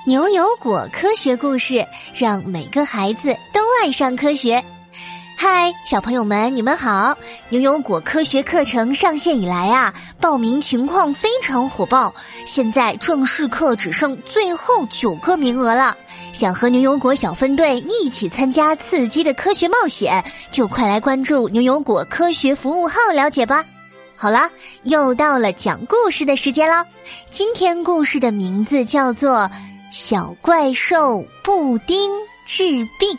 牛油果科学故事，让每个孩子都爱上科学。嗨，小朋友们，你们好！牛油果科学课程上线以来啊，报名情况非常火爆，现在正式课只剩最后9个名额了。想和牛油果小分队一起参加刺激的科学冒险，就快来关注牛油果科学服务号了解吧。好了，又到了讲故事的时间了。今天故事的名字叫做小怪兽布丁治病。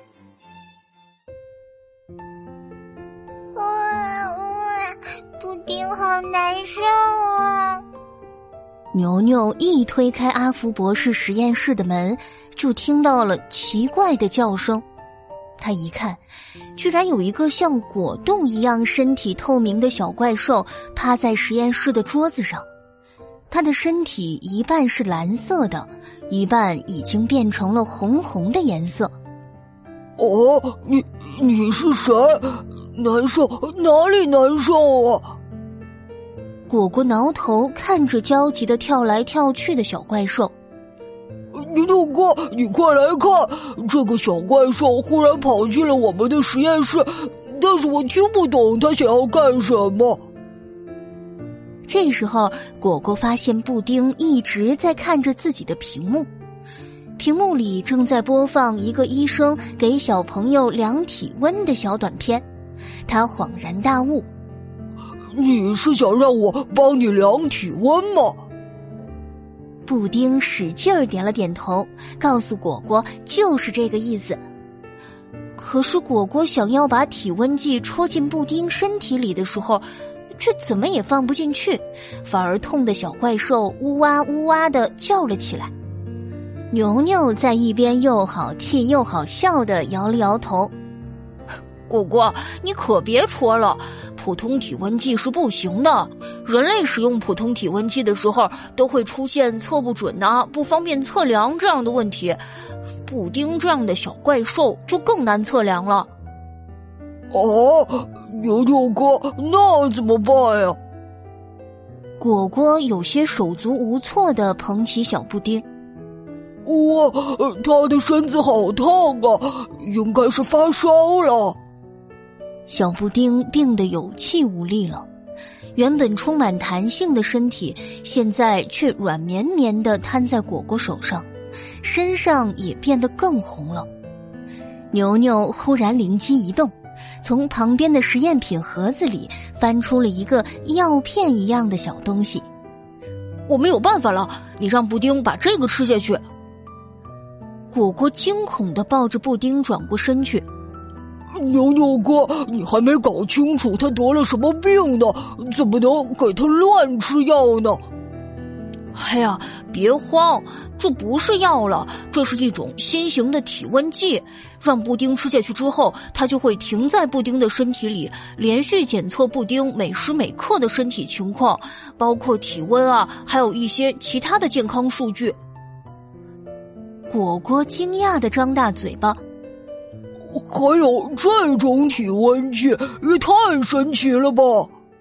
布丁好难受啊！ 牛牛一推开阿福博士实验室的门，就听到了奇怪的叫声。他一看，居然有一个像果冻一样身体透明的小怪兽趴在实验室的桌子上。它的身体一半是蓝色的，一半已经变成了红红的颜色。 哦，你是谁？难受？哪里难受啊？ 果果挠头看着焦急地跳来跳去的小怪兽。 牛牛哥，你快来看，这个小怪兽忽然跑进了我们的实验室，但是我听不懂它想要干什么。 这时候，果果发现布丁一直在看着自己的屏幕，屏幕里正在播放一个医生给小朋友量体温的小短片。他恍然大悟： 你是想让我帮你量体温吗？ 布丁使劲儿点了点头，告诉果果就是这个意思。可是果果想要把体温计戳进布丁身体里的时候，却怎么也放不进去，反而痛得小怪兽呜哇呜哇地叫了起来。牛牛在一边又好气又好笑地摇了摇头： 果果，你可别戳了，普通体温计是不行的。人类使用普通体温计的时候，都会出现测不准不方便测量这样的问题。布丁这样的小怪兽就更难测量了。 哦，牛牛哥，那怎么办呀？ 果果有些手足无措地捧起小布丁。 哇，他的身子好烫啊，应该是发烧了。 小布丁病得有气无力了，原本充满弹性的身体，现在却软绵绵地瘫在果果手上，身上也变得更红了。牛牛忽然灵机一动，从旁边的实验品盒子里翻出了一个药片一样的小东西。 我们有办法了，你让布丁把这个吃下去。 果果惊恐地抱着布丁转过身去。 牛牛哥，你还没搞清楚他得了什么病呢，怎么能给他乱吃药呢？ 哎呀，别慌，这不是药了，这是一种新型的体温计。让布丁吃下去之后，它就会停在布丁的身体里，连续检测布丁每时每刻的身体情况，包括体温还有一些其他的健康数据。 果果惊讶地张大嘴巴： 还有这种体温计，也太神奇了吧！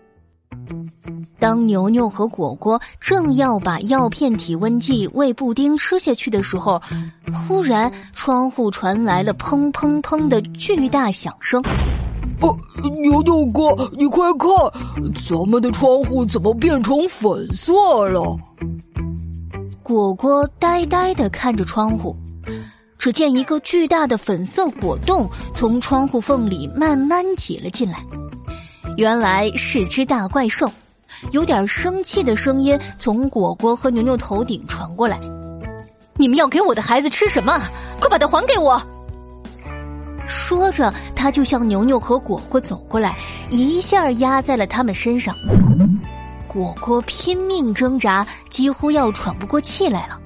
当牛牛和果果正要把药片体温计喂布丁吃下去的时候，忽然窗户传来了砰砰砰的巨大响声。 牛牛哥，你快看，咱们的窗户怎么变成粉色了？ 果果呆呆地看着窗户，只见一个巨大的粉色果冻从窗户缝里慢慢挤了进来。原来是只大怪兽，有点生气的声音从果果和牛牛头顶传过来：你们要给我的孩子吃什么？快把它还给我！说着，他就向牛牛和果果走过来，一下压在了他们身上。果果拼命挣扎，几乎要喘不过气来了。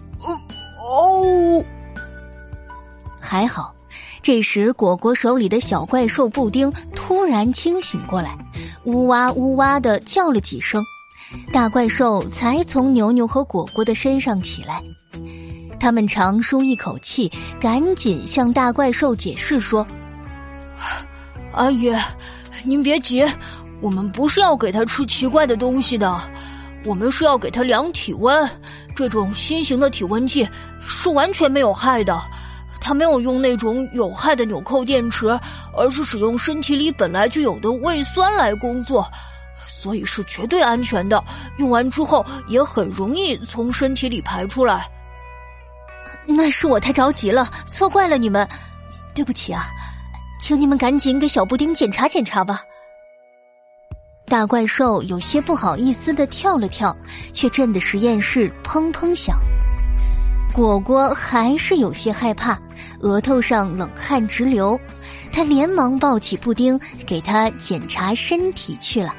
还好，这时果果手里的小怪兽布丁突然清醒过来，呜哇呜哇地叫了几声，大怪兽才从牛牛和果果的身上起来。他们长舒一口气，赶紧向大怪兽解释说： 阿姨，您别急，我们不是要给他吃奇怪的东西的，我们是要给他量体温， 这种新型的体温计是完全没有害的，它没有用那种有害的纽扣电池，而是使用身体里本来就有的胃酸来工作，所以是绝对安全的，用完之后也很容易从身体里排出来。 那是我太着急了，错怪了你们，对不起啊，请你们赶紧给小布丁检查检查吧。大怪兽有些不好意思地跳了跳，却震得实验室砰砰响。果果还是有些害怕，额头上冷汗直流，他连忙抱起布丁给他检查身体去了。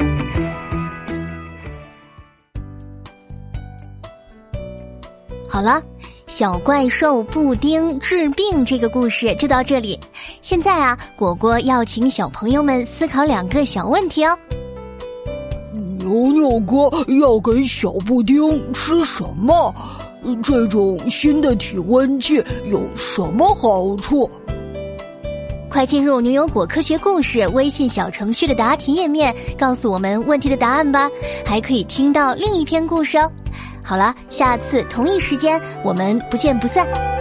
好了，小怪兽布丁治病这个故事就到这里。现在啊，果果要请小朋友们思考2个小问题哦。 牛牛哥要给小布丁吃什么？这种新的体温计有什么好处？ 快进入牛油果科学故事微信小程序的答题页面，告诉我们问题的答案吧，还可以听到另一篇故事哦。好了，下次同一时间我们不见不散。